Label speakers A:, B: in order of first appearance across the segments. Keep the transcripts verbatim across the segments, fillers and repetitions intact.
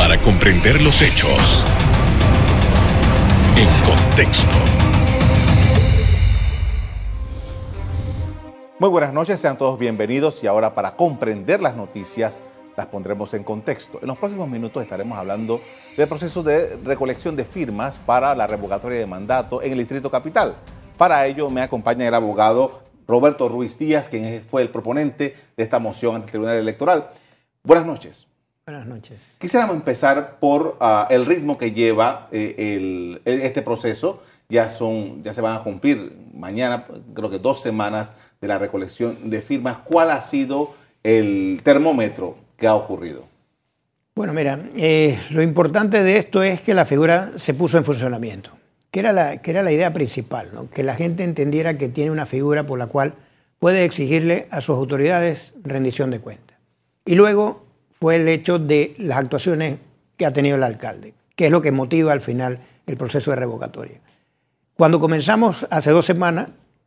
A: para comprender los hechos en contexto.
B: Muy buenas noches, sean todos bienvenidos y ahora para comprender las noticias las pondremos en contexto. En los próximos minutos estaremos hablando del proceso de recolección de firmas para la revocatoria de mandato en el Distrito Capital. Para ello me acompaña el abogado Roberto Ruiz Díaz, quien fue el proponente de esta moción ante el Tribunal Electoral. Buenas noches.
C: Buenas noches.
B: Quisiéramos empezar por uh, el ritmo que lleva eh, el, el, este proceso. Ya, son, ya se van a cumplir mañana, creo que dos semanas de la recolección de firmas. ¿Cuál ha sido el termómetro que ha ocurrido?
C: Bueno, mira, eh, lo importante de esto es que la figura se puso en funcionamiento, que era la, que era la idea principal, ¿no? Que la gente entendiera que tiene una figura por la cual puede exigirle a sus autoridades rendición de cuentas. Y luego fue el hecho de las actuaciones que ha tenido el alcalde, que es lo que motiva al final el proceso de revocatoria. Cuando comenzamos hace dos semanas,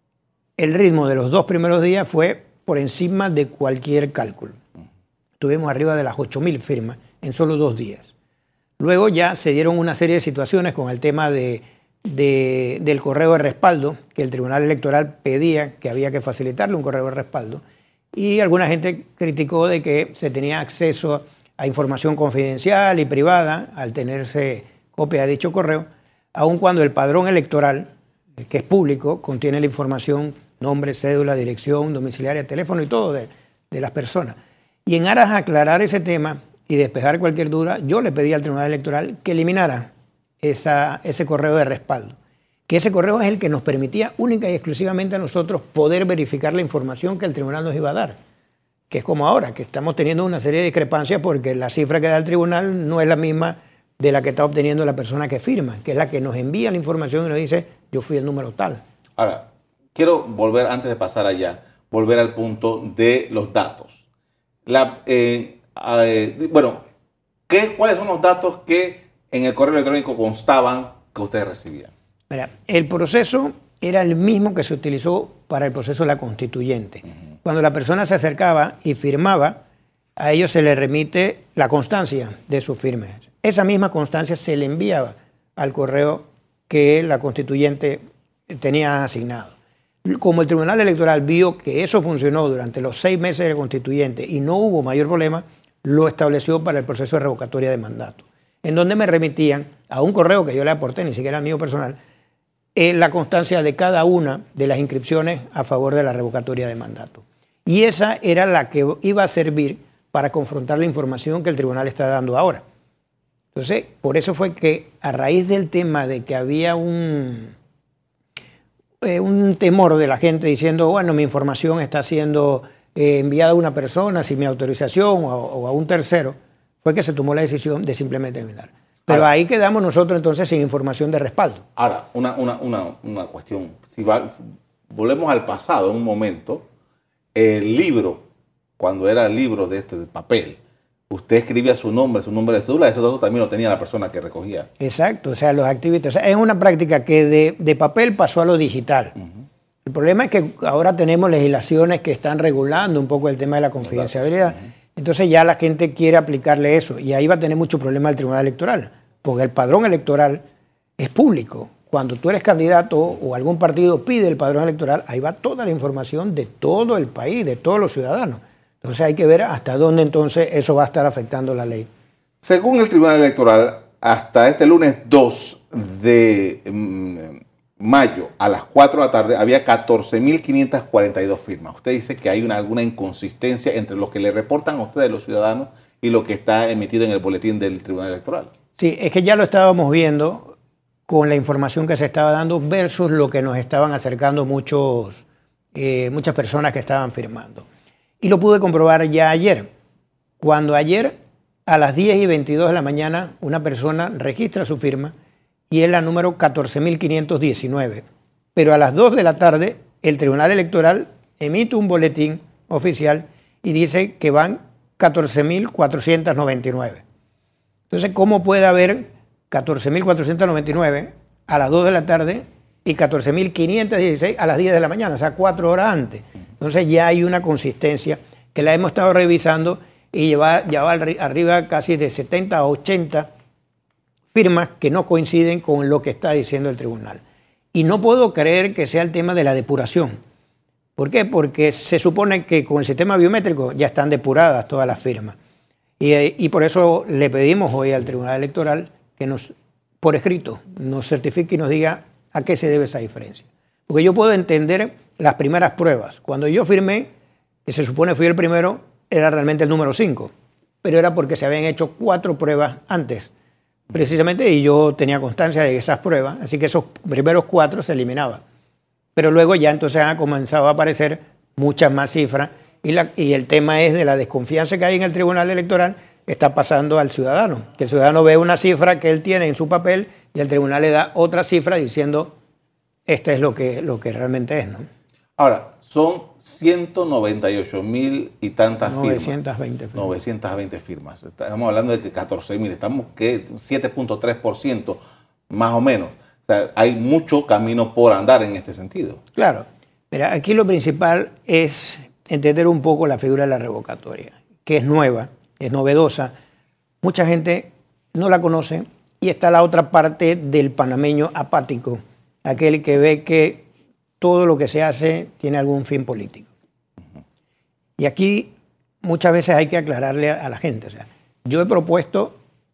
C: el ritmo de los dos primeros días fue por encima de cualquier cálculo. Tuvimos arriba de las ocho mil firmas en solo dos días. Luego ya se dieron una serie de situaciones con el tema de, de, del correo de respaldo, que el Tribunal Electoral pedía que había que facilitarle un correo de respaldo, y alguna gente criticó de que se tenía acceso a información confidencial y privada al tenerse copia de dicho correo, aun cuando el padrón electoral, el que es público, contiene la información, nombre, cédula, dirección, domiciliaria, teléfono y todo de, de las personas. Y en aras a aclarar ese tema y despejar cualquier duda, yo le pedí al Tribunal Electoral que eliminara esa, ese correo de respaldo. Que ese correo es el que nos permitía única y exclusivamente a nosotros poder verificar la información que el tribunal nos iba a dar. Que es como ahora, que estamos teniendo una serie de discrepancias porque la cifra que da el tribunal no es la misma de la que está obteniendo la persona que firma, que es la que nos envía la información y nos dice, yo fui el número tal.
B: Ahora, quiero volver, antes de pasar allá, volver al punto de los datos. La, eh, eh, bueno, ¿qué, ¿cuáles son los datos que en el correo electrónico constaban que ustedes recibían?
C: Mira, el proceso era el mismo que se utilizó para el proceso de la constituyente. Uh-huh. Cuando la persona se acercaba y firmaba, a ellos se le remite la constancia de su firma. Esa misma constancia se le enviaba al correo que la constituyente tenía asignado. Como el Tribunal Electoral vio que eso funcionó durante los seis meses de la constituyente y no hubo mayor problema, lo estableció para el proceso de revocatoria de mandato, en donde me remitían a un correo que yo le aporté, ni siquiera el mío personal, eh, la constancia de cada una de las inscripciones a favor de la revocatoria de mandato. Y esa era la que iba a servir para confrontar la información que el tribunal está dando ahora. Entonces, por eso fue que a raíz del tema de que había un, eh, un temor de la gente diciendo, bueno, mi información está siendo eh, enviada a una persona sin mi autorización o, o a un tercero, fue que se tomó la decisión de simplemente eliminar. Pero ahora, ahí quedamos nosotros entonces sin información de respaldo.
B: Ahora, una, una, una, una cuestión. Si va, volvemos al pasado un momento, el libro, cuando era el libro de este de papel, usted escribía su nombre, su nombre de cédula, ese dato también lo tenía la persona que recogía.
C: Exacto, o sea, los activistas. O sea, es una práctica que de, de papel pasó a lo digital. Uh-huh. El problema es que ahora tenemos legislaciones que están regulando un poco el tema de la confidencialidad. Uh-huh. Entonces ya la gente quiere aplicarle eso y ahí va a tener mucho problema el Tribunal Electoral, porque el padrón electoral es público. Cuando tú eres candidato o algún partido pide el padrón electoral, ahí va toda la información de todo el país, de todos los ciudadanos. Entonces hay que ver hasta dónde entonces eso va a estar afectando la ley.
B: Según el Tribunal Electoral, hasta este lunes dos de mayo a las cuatro de la tarde había catorce mil quinientas cuarenta y dos firmas. Usted dice que hay una, alguna inconsistencia entre lo que le reportan a ustedes los ciudadanos y lo que está emitido en el boletín del Tribunal Electoral.
C: Sí, es que ya lo estábamos viendo con la información que se estaba dando versus lo que nos estaban acercando muchos, eh, muchas personas que estaban firmando. Y lo pude comprobar ya ayer, cuando ayer a las diez y veintidós de la mañana una persona registra su firma y es la número catorce mil quinientos diecinueve. Pero a las dos de la tarde el Tribunal Electoral emite un boletín oficial y dice que van catorce mil cuatrocientos noventa y nueve. Entonces, ¿cómo puede haber catorce mil cuatrocientos noventa y nueve a las dos de la tarde y catorce mil quinientos dieciséis a las diez de la mañana? O sea, cuatro horas antes. Entonces ya hay una consistencia que la hemos estado revisando y lleva, lleva arriba casi de setenta a ochenta firmas que no coinciden con lo que está diciendo el tribunal. Y no puedo creer que sea el tema de la depuración. ¿Por qué? Porque se supone que con el sistema biométrico ya están depuradas todas las firmas. Y, y por eso le pedimos hoy al Tribunal Electoral que nos, por escrito, nos certifique y nos diga a qué se debe esa diferencia. Porque yo puedo entender las primeras pruebas. Cuando yo firmé, que se supone fui el primero, era realmente el número cinco. Pero era porque se habían hecho cuatro pruebas antes, precisamente, y yo tenía constancia de esas pruebas, así que esos primeros cuatro se eliminaban. Pero luego ya entonces han comenzado a aparecer muchas más cifras y, la, y el tema es de la desconfianza que hay en el Tribunal Electoral, está pasando al ciudadano, que el ciudadano ve una cifra que él tiene en su papel y el tribunal le da otra cifra diciendo esto es lo que, lo que realmente es, ¿no?
B: Ahora, son ciento noventa y ocho mil y tantas
C: novecientas veinte
B: firmas. novecientas veinte firmas. Estamos hablando de que catorce mil, estamos que siete punto tres por ciento más o menos. O sea, hay mucho camino por andar en este sentido.
C: Claro. Mira, aquí lo principal es entender un poco la figura de la revocatoria, que es nueva, es novedosa. Mucha gente no la conoce y está la otra parte del panameño apático, aquel que ve que todo lo que se hace tiene algún fin político. Y aquí muchas veces hay que aclararle a la gente. O sea, yo he propuesto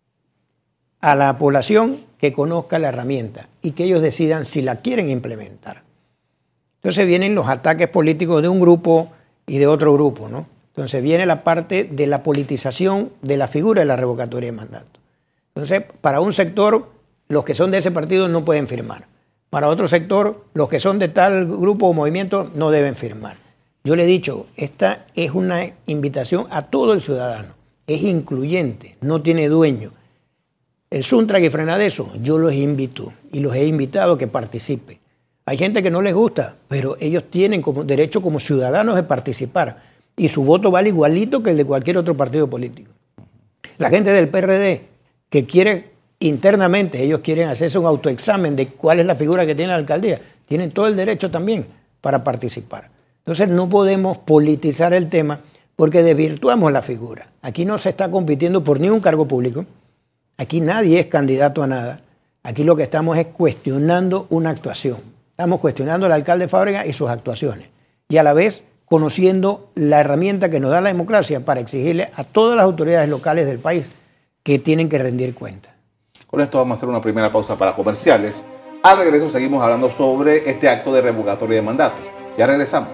C: a la población que conozca la herramienta y que ellos decidan si la quieren implementar. Entonces vienen los ataques políticos de un grupo y de otro grupo, ¿no? Entonces viene la parte de la politización de la figura de la revocatoria de mandato. Entonces, para un sector, los que son de ese partido no pueden firmar. Para otro sector, los que son de tal grupo o movimiento no deben firmar. Yo le he dicho, esta es una invitación a todo el ciudadano. Es incluyente, no tiene dueño. El Suntrack y Frenadeso, yo los invito y los he invitado a que participen. Hay gente que no les gusta, pero ellos tienen como derecho como ciudadanos de participar y su voto vale igualito que el de cualquier otro partido político. La gente del P R D que quiere internamente, ellos quieren hacerse un autoexamen de cuál es la figura que tiene la alcaldía, tienen todo el derecho también para participar. Entonces no podemos politizar el tema porque desvirtuamos la figura. Aquí no se está compitiendo por ningún cargo público, aquí nadie es candidato a nada, aquí lo que estamos es cuestionando una actuación. Estamos cuestionando al alcalde Fábrega y sus actuaciones y a la vez conociendo la herramienta que nos da la democracia para exigirle a todas las autoridades locales del país que tienen que rendir cuenta.
B: Con esto vamos a hacer una primera pausa para comerciales. Al regreso seguimos hablando sobre este acto de revocatoria de mandato. Ya regresamos.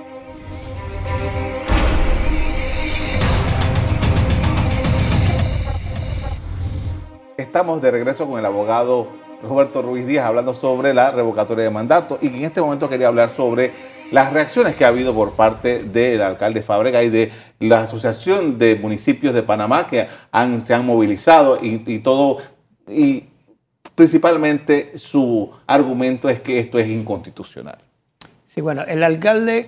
B: Estamos de regreso con el abogado Roberto Ruiz Díaz hablando sobre la revocatoria de mandato y en este momento quería hablar sobre las reacciones que ha habido por parte del alcalde Fábrega y de la Asociación de Municipios de Panamá que han, se han movilizado y, y todo, y principalmente su argumento es que esto es inconstitucional.
C: Sí, bueno, el alcalde,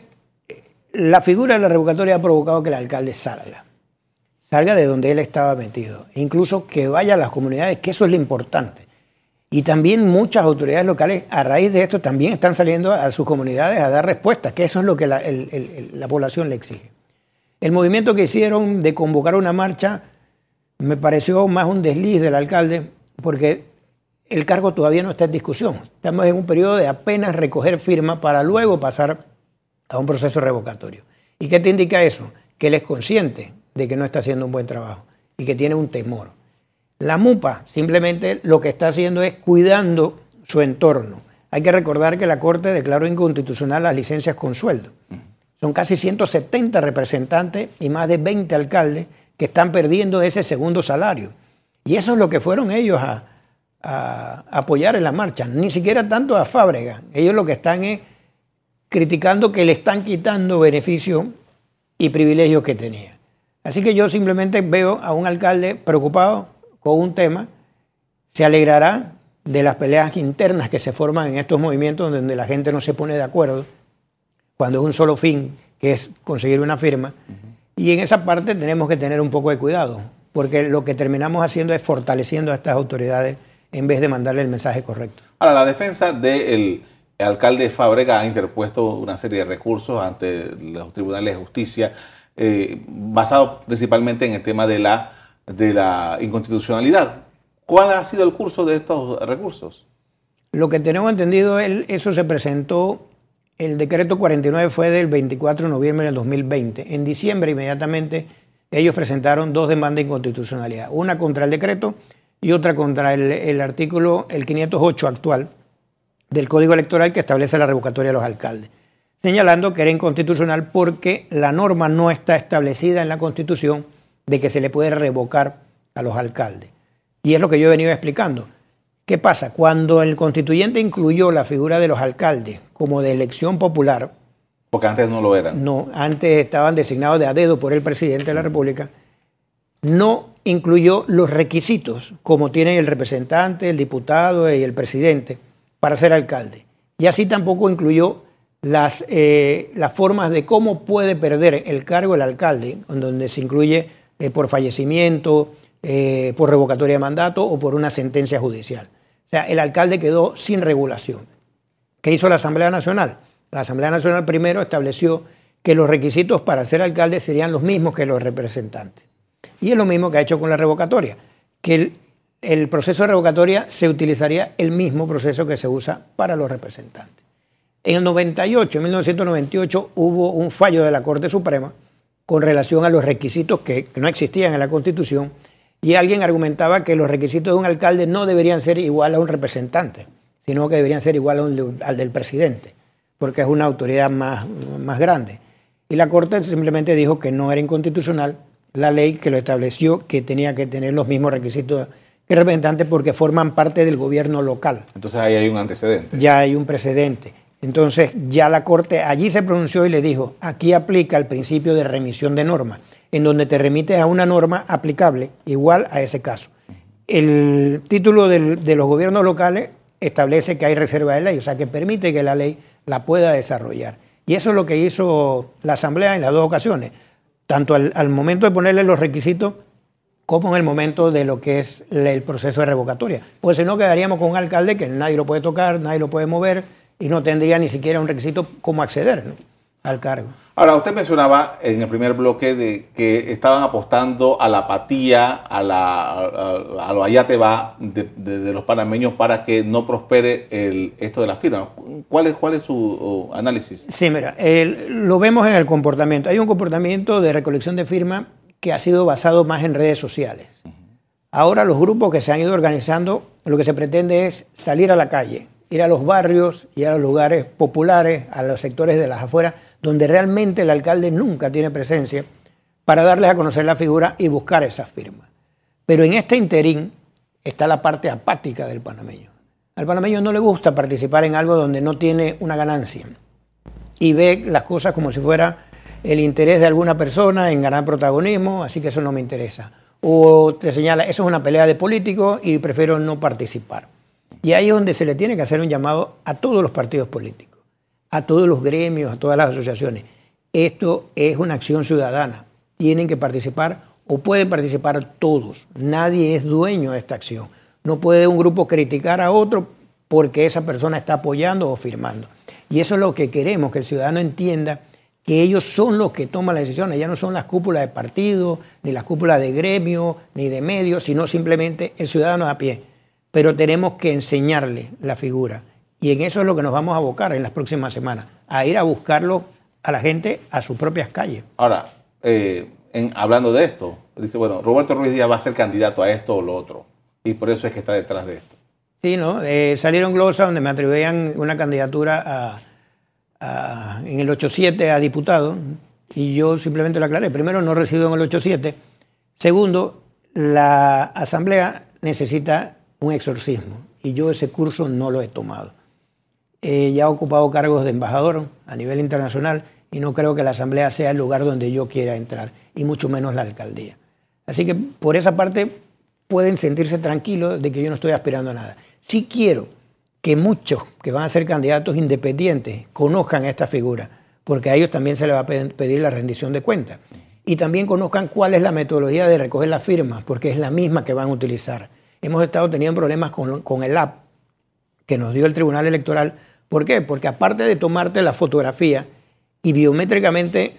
C: la figura de la revocatoria ha provocado que el alcalde salga, salga de donde él estaba metido, incluso que vaya a las comunidades, que eso es lo importante. Y también muchas autoridades locales a raíz de esto también están saliendo a sus comunidades a dar respuestas, que eso es lo que la, el, el, la población le exige. El movimiento que hicieron de convocar una marcha me pareció más un desliz del alcalde porque el cargo todavía no está en discusión. Estamos en un periodo de apenas recoger firmas para luego pasar a un proceso revocatorio. ¿Y qué te indica eso? Que él es consciente de que no está haciendo un buen trabajo y que tiene un temor. La MUPA simplemente lo que está haciendo es cuidando su entorno. Hay que recordar que la Corte declaró inconstitucional las licencias con sueldo. Son casi ciento setenta representantes y más de veinte alcaldes que están perdiendo ese segundo salario. Y eso es lo que fueron ellos a, a, a apoyar en la marcha. Ni siquiera tanto a Fábrega. Ellos lo que están es criticando que le están quitando beneficios y privilegios que tenía. Así que yo simplemente veo a un alcalde preocupado con un tema, se alegrará de las peleas internas que se forman en estos movimientos donde la gente no se pone de acuerdo, cuando es un solo fin, que es conseguir una firma. Uh-huh. Y en esa parte tenemos que tener un poco de cuidado, porque lo que terminamos haciendo es fortaleciendo a estas autoridades en vez de mandarle el mensaje correcto.
B: Ahora, la defensa del alcalde Fábrega ha interpuesto una serie de recursos ante los tribunales de justicia eh, basado principalmente en el tema de la, de la inconstitucionalidad. ¿Cuál ha sido el curso de estos recursos?
C: Lo que tenemos entendido, el, eso se presentó, el decreto cuarenta y nueve fue del veinticuatro de noviembre del dos mil veinte. En diciembre, inmediatamente, ellos presentaron dos demandas de inconstitucionalidad, una contra el decreto y otra contra el, el artículo, el quinientos ocho actual del Código Electoral que establece la revocatoria de los alcaldes, señalando que era inconstitucional porque la norma no está establecida en la Constitución de que se le puede revocar a los alcaldes. Y es lo que yo he venido explicando. ¿Qué pasa? Cuando el constituyente incluyó la figura de los alcaldes como de elección popular,
B: porque antes no lo eran.
C: No, antes estaban designados de a dedo por el presidente de la República, no incluyó los requisitos como tienen el representante, el diputado y el presidente para ser alcalde. Y así tampoco incluyó las, eh, las formas de cómo puede perder el cargo el alcalde, donde se incluye eh, por fallecimiento, eh, por revocatoria de mandato o por una sentencia judicial. O sea, el alcalde quedó sin regulación. ¿Qué hizo la Asamblea Nacional? La Asamblea Nacional primero estableció que los requisitos para ser alcalde serían los mismos que los representantes. Y es lo mismo que ha hecho con la revocatoria, que el, el proceso de revocatoria se utilizaría el mismo proceso que se usa para los representantes. En el noventa y ocho, en mil novecientos noventa y ocho, hubo un fallo de la Corte Suprema con relación a los requisitos que, que no existían en la Constitución, y alguien argumentaba que los requisitos de un alcalde no deberían ser igual a un representante, sino que deberían ser igual a un, al del presidente, porque es una autoridad más, más grande. Y la Corte simplemente dijo que no era inconstitucional la ley que lo estableció, que tenía que tener los mismos requisitos que el representante porque forman parte del gobierno local.
B: Entonces ahí hay un antecedente.
C: Ya hay un precedente. Entonces ya la Corte allí se pronunció y le dijo, aquí aplica el principio de remisión de norma, en donde te remites a una norma aplicable igual a ese caso. El título del, de los gobiernos locales establece que hay reserva de ley, o sea que permite que la ley la pueda desarrollar. Y eso es lo que hizo la Asamblea en las dos ocasiones, tanto al, al momento de ponerle los requisitos como en el momento de lo que es el proceso de revocatoria. Pues si no, quedaríamos con un alcalde que nadie lo puede tocar, nadie lo puede mover y no tendría ni siquiera un requisito cómo acceder, ¿no?, al cargo.
B: Ahora, usted mencionaba en el primer bloque de que estaban apostando a la apatía, a, la, a, a lo allá te va de, de, de los panameños para que no prospere el, esto de la firma. ¿Cuál es, cuál es su uh, análisis?
C: Sí, mira, el, lo vemos en el comportamiento. Hay un comportamiento de recolección de firmas que ha sido basado más en redes sociales. Uh-huh. Ahora los grupos que se han ido organizando, lo que se pretende es salir a la calle, ir a los barrios y a los lugares populares, a los sectores de las afueras, donde realmente el alcalde nunca tiene presencia, para darles a conocer la figura y buscar esas firmas. Pero en este interín está la parte apática del panameño. Al panameño no le gusta participar en algo donde no tiene una ganancia y ve las cosas como si fuera el interés de alguna persona en ganar protagonismo, así que eso no me interesa. O te señala, eso es una pelea de políticos y prefiero no participar. Y ahí es donde se le tiene que hacer un llamado a todos los partidos políticos, a todos los gremios, a todas las asociaciones. Esto es una acción ciudadana. Tienen que participar o pueden participar todos. Nadie es dueño de esta acción. No puede un grupo criticar a otro porque esa persona está apoyando o firmando. Y eso es lo que queremos, que el ciudadano entienda que ellos son los que toman las decisiones. Ya no son las cúpulas de partido, ni las cúpulas de gremio, ni de medios, sino simplemente el ciudadano a pie. Pero tenemos que enseñarle la figura. Y en eso es lo que nos vamos a abocar en las próximas semanas, a ir a buscarlo a la gente a sus propias calles.
B: Ahora, eh, en, hablando de esto, dice, bueno, Roberto Ruiz Díaz va a ser candidato a esto o lo otro, y por eso es que está detrás de esto.
C: Sí, ¿no? Eh, salieron glosas donde me atribuían una candidatura a, a, en el ocho siete a diputado, y yo simplemente lo aclaré. Primero, no resido en el ocho siete. Segundo, la Asamblea necesita un exorcismo, y yo ese curso no lo he tomado. Eh, ya he ocupado cargos de embajador a nivel internacional y no creo que la Asamblea sea el lugar donde yo quiera entrar, y mucho menos la alcaldía. Así que por esa parte pueden sentirse tranquilos de que yo no estoy aspirando a nada. Sí quiero que muchos que van a ser candidatos independientes conozcan esta figura, porque a ellos también se les va a pedir la rendición de cuentas. Y también conozcan cuál es la metodología de recoger las firmas, porque es la misma que van a utilizar. Hemos estado teniendo problemas con, con el app que nos dio el Tribunal Electoral. ¿Por qué? Porque aparte de tomarte la fotografía y biométricamente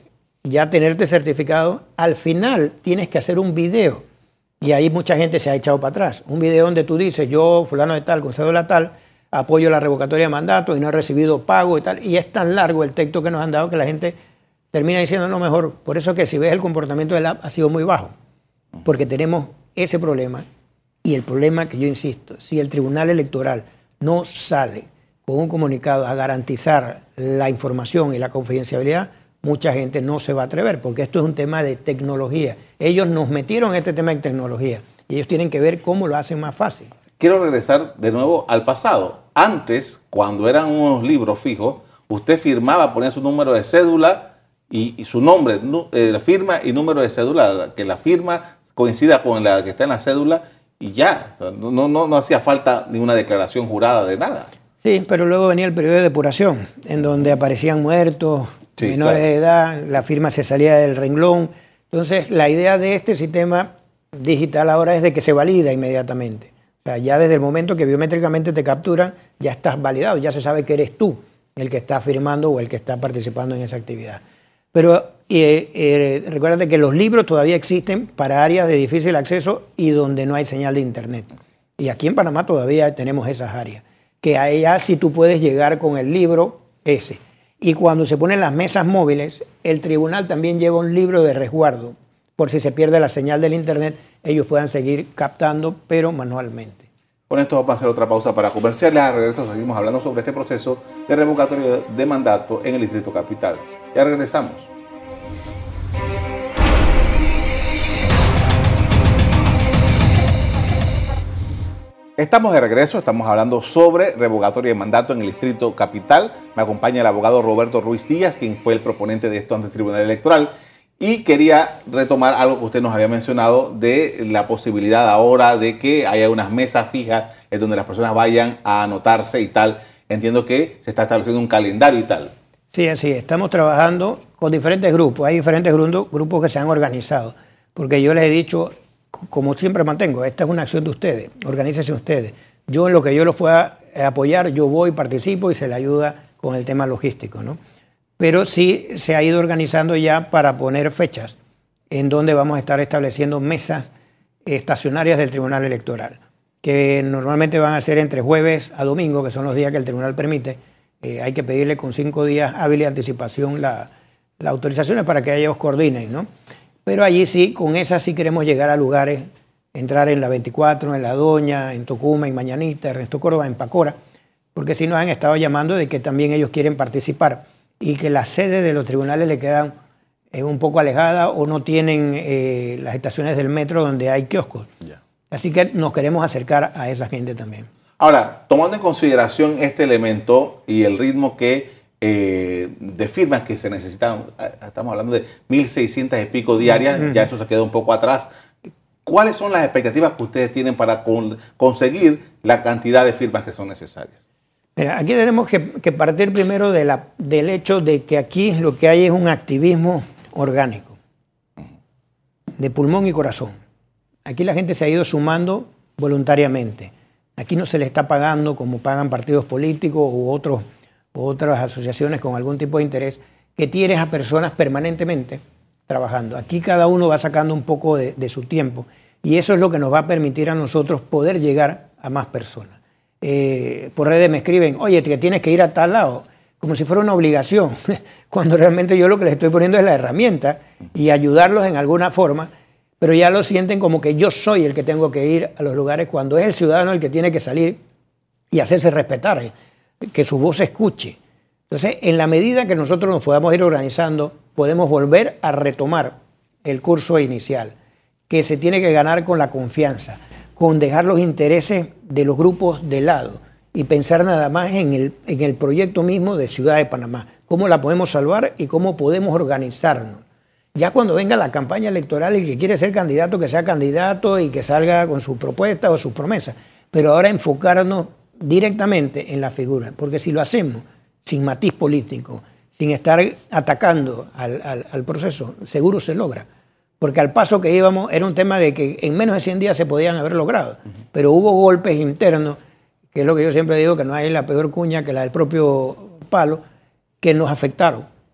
C: ya tenerte certificado, al final tienes que hacer un video. Y ahí mucha gente se ha echado para atrás. Un video donde tú dices, yo, fulano de tal, con cédula tal, apoyo la revocatoria de mandato y no he recibido pago y tal. Y es tan largo el texto que nos han dado que la gente termina diciendo, no, mejor. Por eso que si ves el comportamiento del app ha sido muy bajo. Porque tenemos ese problema. Y el problema que yo insisto, si el Tribunal Electoral no sale con un comunicado a garantizar la información y la confidencialidad, mucha gente no se va a atrever, porque esto es un tema de tecnología. Ellos nos metieron en este tema de tecnología y ellos tienen que ver cómo lo hacen más fácil.
B: Quiero regresar de nuevo al pasado. Antes, cuando eran unos libros fijos, usted firmaba, ponía su número de cédula y, y su nombre, eh, la firma y número de cédula, que la firma coincida con la que está en la cédula y ya. O sea, no, no, no hacía falta ninguna declaración jurada de nada.
C: Sí, pero luego venía el periodo de depuración, en donde aparecían muertos, sí, menores claro. de edad, la firma se salía del renglón. Entonces, la idea de este sistema digital ahora es de que se valida inmediatamente. O sea, ya desde el momento que biométricamente te capturan, ya estás validado, ya se sabe que eres tú el que está firmando o el que está participando en esa actividad. Pero eh, eh, recuérdate que los libros todavía existen para áreas de difícil acceso y donde no hay señal de internet. Y aquí en Panamá todavía tenemos esas áreas, que allá sí tú puedes llegar con el libro ese. Y cuando se ponen las mesas móviles, el tribunal también lleva un libro de resguardo, por si se pierde la señal del internet, ellos puedan seguir captando, pero manualmente.
B: Con esto vamos a hacer otra pausa para comerciales. Al regreso seguimos hablando sobre este proceso de revocatoria de mandato en el Distrito Capital. Ya regresamos. Estamos de regreso, estamos hablando sobre revocatoria de mandato en el Distrito Capital. Me acompaña el abogado Roberto Ruiz Díaz, quien fue el proponente de esto ante el Tribunal Electoral. Y quería retomar algo que usted nos había mencionado de la posibilidad ahora de que haya unas mesas fijas en donde las personas vayan a anotarse y tal. Entiendo que se está estableciendo un calendario y tal.
C: Sí, así es. Estamos trabajando con diferentes grupos. Hay diferentes grupos, grupos que se han organizado. Porque yo les he dicho, como siempre mantengo, esta es una acción de ustedes, organícense ustedes. Yo en lo que yo los pueda apoyar, yo voy, participo y se le ayuda con el tema logístico, ¿no? Pero sí se ha ido organizando ya para poner fechas en donde vamos a estar estableciendo mesas estacionarias del Tribunal Electoral, que normalmente van a ser entre jueves a domingo, que son los días que el Tribunal permite. Eh, hay que pedirle con cinco días hábil de anticipación las la autorizaciones para que ellos coordinen, ¿no? Pero allí sí, con esas sí queremos llegar a lugares, entrar en la veinticuatro, en La Doña, en Tocuma, en Mañanita, Ernesto Córdoba, en Pacora, porque sí nos han estado llamando de que también ellos quieren participar y que las sedes de los tribunales le quedan eh, un poco alejadas o no tienen eh, las estaciones del metro donde hay kioscos. Yeah. Así que nos queremos acercar a esa gente también.
B: Ahora, tomando en consideración este elemento y el ritmo que eh, de firmas que se necesitan, estamos hablando de mil seiscientas y pico diarias, mm-hmm. ya eso se queda un poco atrás. ¿Cuáles son las expectativas que ustedes tienen para con, conseguir la cantidad de firmas que son necesarias?
C: Mira, aquí tenemos que, que partir primero de la, del hecho de que aquí lo que hay es un activismo orgánico, de pulmón y corazón. Aquí la gente se ha ido sumando voluntariamente. Aquí no se le está pagando como pagan partidos políticos u, otros, u otras asociaciones con algún tipo de interés, que tienes a personas permanentemente trabajando. Aquí cada uno va sacando un poco de, de su tiempo y eso es lo que nos va a permitir a nosotros poder llegar a más personas. Eh, por redes me escriben, oye, que tienes que ir a tal lado, como si fuera una obligación, cuando realmente yo lo que les estoy poniendo es la herramienta y ayudarlos en alguna forma, pero ya lo sienten como que yo soy el que tengo que ir a los lugares cuando es el ciudadano el que tiene que salir y hacerse respetar, que su voz se escuche. Entonces, en la medida que nosotros nos podamos ir organizando, podemos volver a retomar el curso inicial, que se tiene que ganar con la confianza, con dejar los intereses de los grupos de lado y pensar nada más en el, en el proyecto mismo de Ciudad de Panamá, cómo la podemos salvar y cómo podemos organizarnos. Ya cuando venga la campaña electoral y que quiere ser candidato, que sea candidato y que salga con su propuesta o sus promesas, pero ahora enfocarnos directamente en la figura, porque si lo hacemos sin matiz político, sin estar atacando al, al, al proceso, seguro se logra. Porque al paso que íbamos era un tema de que en menos de cien días se podían haber logrado. Uh-huh. Pero hubo golpes internos, que es lo que yo siempre digo, que no hay la peor cuña que la del propio palo, que nos afectaron.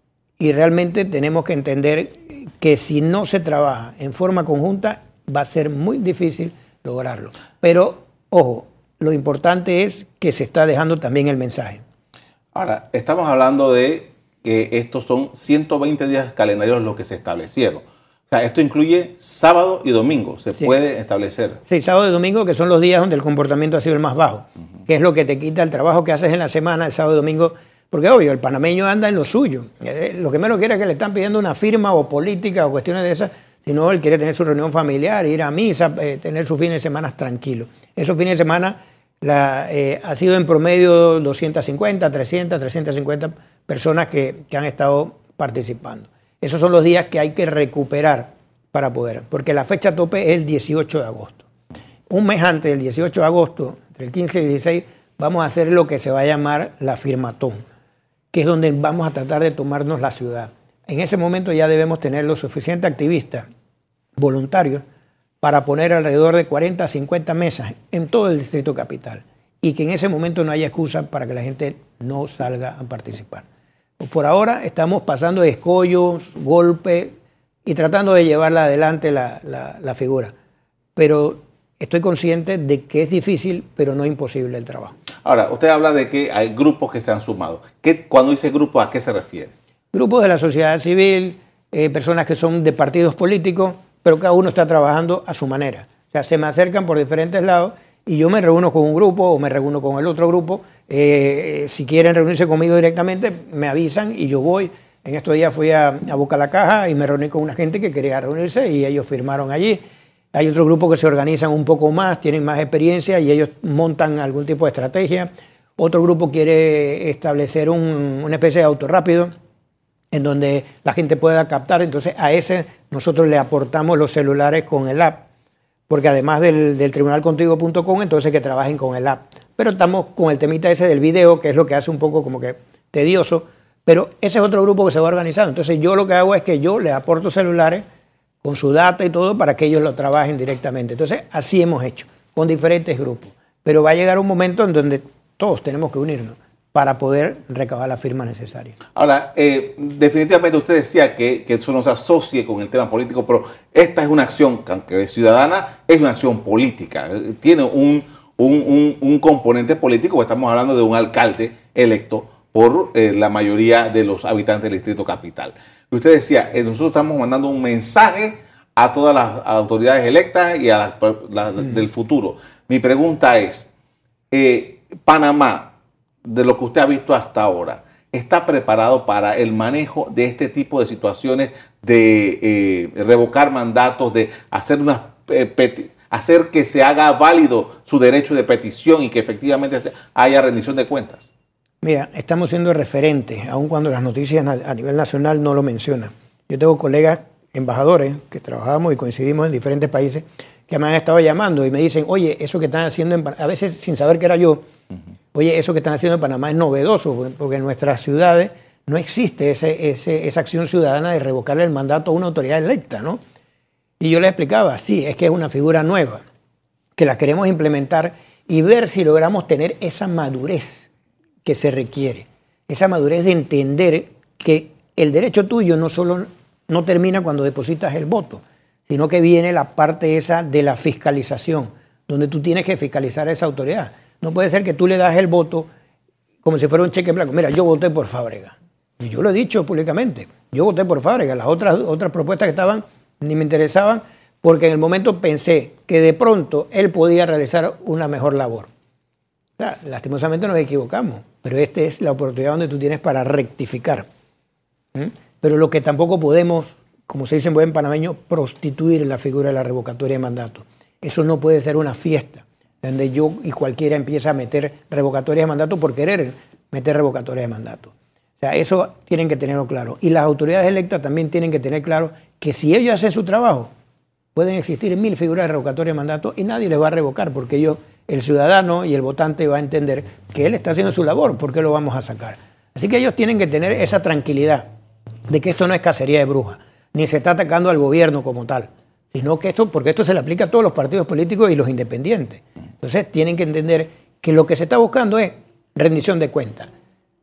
C: y realmente tenemos que entender que si no se trabaja en forma conjunta va a ser muy difícil lograrlo. Pero, ojo, lo importante es que se está dejando también el mensaje.
B: Ahora, estamos hablando de que estos son ciento veinte días calendarios los que se establecieron. O sea, esto incluye sábado y domingo, se sí. puede establecer.
C: Sí, sábado y domingo, que son los días donde el comportamiento ha sido el más bajo, uh-huh. que es lo que te quita el trabajo que haces en la semana, el sábado y domingo, porque obvio, el panameño anda en lo suyo. Eh, lo que menos quiere es que le están pidiendo una firma o política o cuestiones de esas, sino él quiere tener su reunión familiar, ir a misa, eh, tener sus fines de semana tranquilos. Esos fines de semana la, eh, ha sido en promedio doscientas cincuenta, trescientas, trescientas cincuenta personas que, que han estado participando. Esos son los días que hay que recuperar para poder, porque la fecha tope es el dieciocho de agosto. Un mes antes del dieciocho de agosto, entre el quince y el dieciséis, vamos a hacer lo que se va a llamar la firmatón, que es donde vamos a tratar de tomarnos la ciudad. En ese momento ya debemos tener los suficientes activistas voluntarios para poner alrededor de cuarenta a cincuenta mesas en todo el Distrito Capital y que en ese momento no haya excusa para que la gente no salga a participar. Por ahora estamos pasando escollos, golpes y tratando de llevarla adelante la, la, la figura. Pero estoy consciente de que es difícil, pero no imposible el trabajo.
B: Ahora, usted habla de que hay grupos que se han sumado. ¿Qué, cuando dice grupos, ¿a qué se refiere?
C: Grupos de la sociedad civil, eh, personas que son de partidos políticos, pero cada uno está trabajando a su manera. O sea, se me acercan por diferentes lados y yo me reúno con un grupo o me reúno con el otro grupo. Eh, si quieren reunirse conmigo directamente, me avisan y yo voy. En estos días fui a, a Boca la Caja y me reuní con una gente que quería reunirse y ellos firmaron allí. Hay otro grupo que se organizan un poco más, tienen más experiencia y ellos montan algún tipo de estrategia. Otro grupo quiere establecer un, una especie de auto rápido en donde la gente pueda captar. Entonces a ese nosotros le aportamos los celulares con el app, porque además del, del tribunal contigo punto com, entonces que trabajen con el app. Pero estamos con el temita ese del video, que es lo que hace un poco como que tedioso, pero ese es otro grupo que se va organizando. Entonces yo lo que hago es que yo le aporto celulares con su data y todo para que ellos lo trabajen directamente. Entonces así hemos hecho, con diferentes grupos. Pero va a llegar un momento en donde todos tenemos que unirnos para poder recabar la firma necesaria.
B: Ahora, eh, definitivamente usted decía que, que eso no se asocie con el tema político, pero esta es una acción, aunque es ciudadana, es una acción política. Tiene un, un, un, un componente político, estamos hablando de un alcalde electo por eh, la mayoría de los habitantes del Distrito Capital. Y usted decía, eh, nosotros estamos mandando un mensaje a todas las autoridades electas y a las la, mm. del futuro. Mi pregunta es, eh, Panamá, de lo que usted ha visto hasta ahora, ¿está preparado para el manejo de este tipo de situaciones, de eh, revocar mandatos, de hacer, una, eh, hacer que se haga válido su derecho de petición y que efectivamente haya rendición de cuentas?
C: Mira, estamos siendo referentes, aun cuando las noticias a nivel nacional no lo mencionan. Yo tengo colegas embajadores que trabajamos y coincidimos en diferentes países que me han estado llamando y me dicen, oye, eso que están haciendo, en Panamá, a veces sin saber que era yo, uh-huh. oye, eso que están haciendo en Panamá es novedoso, porque en nuestras ciudades no existe ese, ese, esa acción ciudadana de revocarle el mandato a una autoridad electa, ¿no? Y yo les explicaba, sí, es que es una figura nueva, que la queremos implementar y ver si logramos tener esa madurez que se requiere, esa madurez de entender que el derecho tuyo no solo no termina cuando depositas el voto, sino que viene la parte esa de la fiscalización, donde tú tienes que fiscalizar a esa autoridad. No puede ser que tú le das el voto como si fuera un cheque en blanco. Mira, yo voté por Fábrega. Y yo lo he dicho públicamente. Yo voté por Fábrega. Las otras, otras propuestas que estaban ni me interesaban porque en el momento pensé que de pronto él podía realizar una mejor labor. O sea, lastimosamente nos equivocamos, pero esta es la oportunidad donde tú tienes para rectificar. ¿Mm? Pero lo que tampoco podemos, como se dice en buen panameño, prostituir la figura de la revocatoria de mandato. Eso no puede ser una fiesta donde yo y cualquiera empieza a meter revocatorias de mandato por querer meter revocatorias de mandato. O sea, eso tienen que tenerlo claro. Y las autoridades electas también tienen que tener claro que si ellos hacen su trabajo, pueden existir mil figuras de revocatoria de mandato y nadie les va a revocar porque ellos, el ciudadano y el votante va a entender que él está haciendo su labor, ¿por qué lo vamos a sacar? Así que ellos tienen que tener esa tranquilidad de que esto no es cacería de brujas, ni se está atacando al gobierno como tal, sino que esto, porque esto se le aplica a todos los partidos políticos y los independientes. Entonces tienen que entender que lo que se está buscando es rendición de cuentas.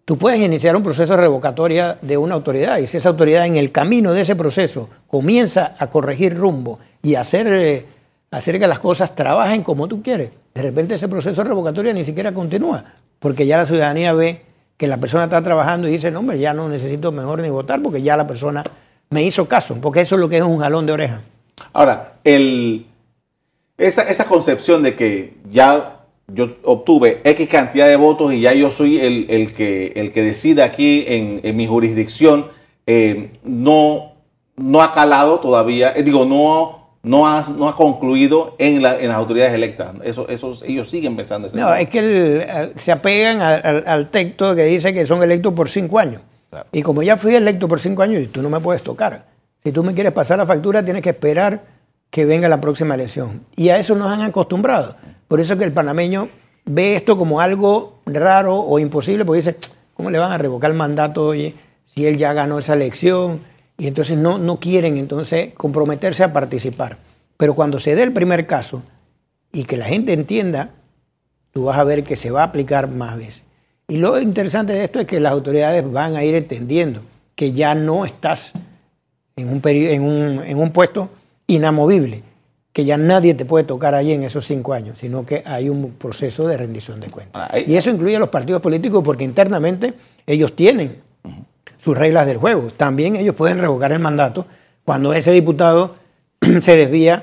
C: tú puedes iniciar un proceso de revocatoria de una autoridad y si esa autoridad en el camino de ese proceso comienza a corregir rumbo y a hacer, eh, hacer que las cosas trabajen como tú quieres, de repente ese proceso de revocatoria ni siquiera continúa, porque ya la ciudadanía ve que la persona está trabajando y dice, no, hombre, ya no necesito mejor ni votar porque ya la persona me hizo caso, porque eso es lo que es un jalón de oreja.
B: Ahora, el, esa, esa concepción de que ya yo obtuve X cantidad de votos y ya yo soy el, el, que, el que decide aquí en, en mi jurisdicción, eh, no, no ha calado todavía, eh, digo, no, no, ha, no ha concluido en, la, en las autoridades electas. Eso, eso, ellos siguen pensando eso.
C: No, es que el, se apegan al, al, al texto que dice que son electos por cinco años. Claro. Y como ya fui electo por cinco años, tú no me puedes tocar. Si tú me quieres pasar la factura, tienes que esperar que venga la próxima elección. Y a eso nos han acostumbrado. Por eso es que el panameño ve esto como algo raro o imposible, porque dice, ¿cómo le van a revocar el mandato, oye, si él ya ganó esa elección? Y entonces no, no quieren entonces comprometerse a participar. Pero cuando se dé el primer caso y que la gente entienda, tú vas a ver que se va a aplicar más veces. Y lo interesante de esto es que las autoridades van a ir entendiendo que ya no estás en un, peri- en un, en un puesto inamovible, que ya nadie te puede tocar allí en esos cinco años, sino que hay un proceso de rendición de cuentas. Y eso incluye a los partidos políticos porque internamente ellos tienen uh-huh. sus reglas del juego. También ellos pueden revocar el mandato cuando ese diputado se desvía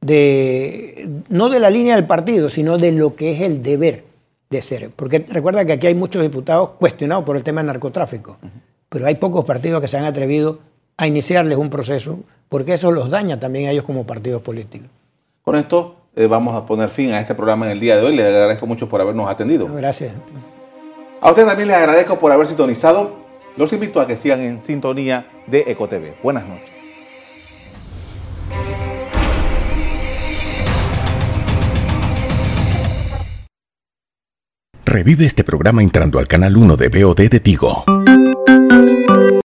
C: de, no de la línea del partido, sino de lo que es el deber de ser. Porque recuerda que aquí hay muchos diputados cuestionados por el tema del narcotráfico, uh-huh. pero hay pocos partidos que se han atrevido a iniciarles un proceso, porque eso los daña también a ellos como partidos políticos.
B: Con esto eh, vamos a poner fin a este programa en el día de hoy. Les agradezco mucho por habernos atendido.
C: No, gracias.
B: A ustedes también les agradezco por haber sintonizado. Los invito a que sigan en sintonía de EcoTV. Buenas noches.
A: Revive este programa entrando al canal uno de V O D de Tigo.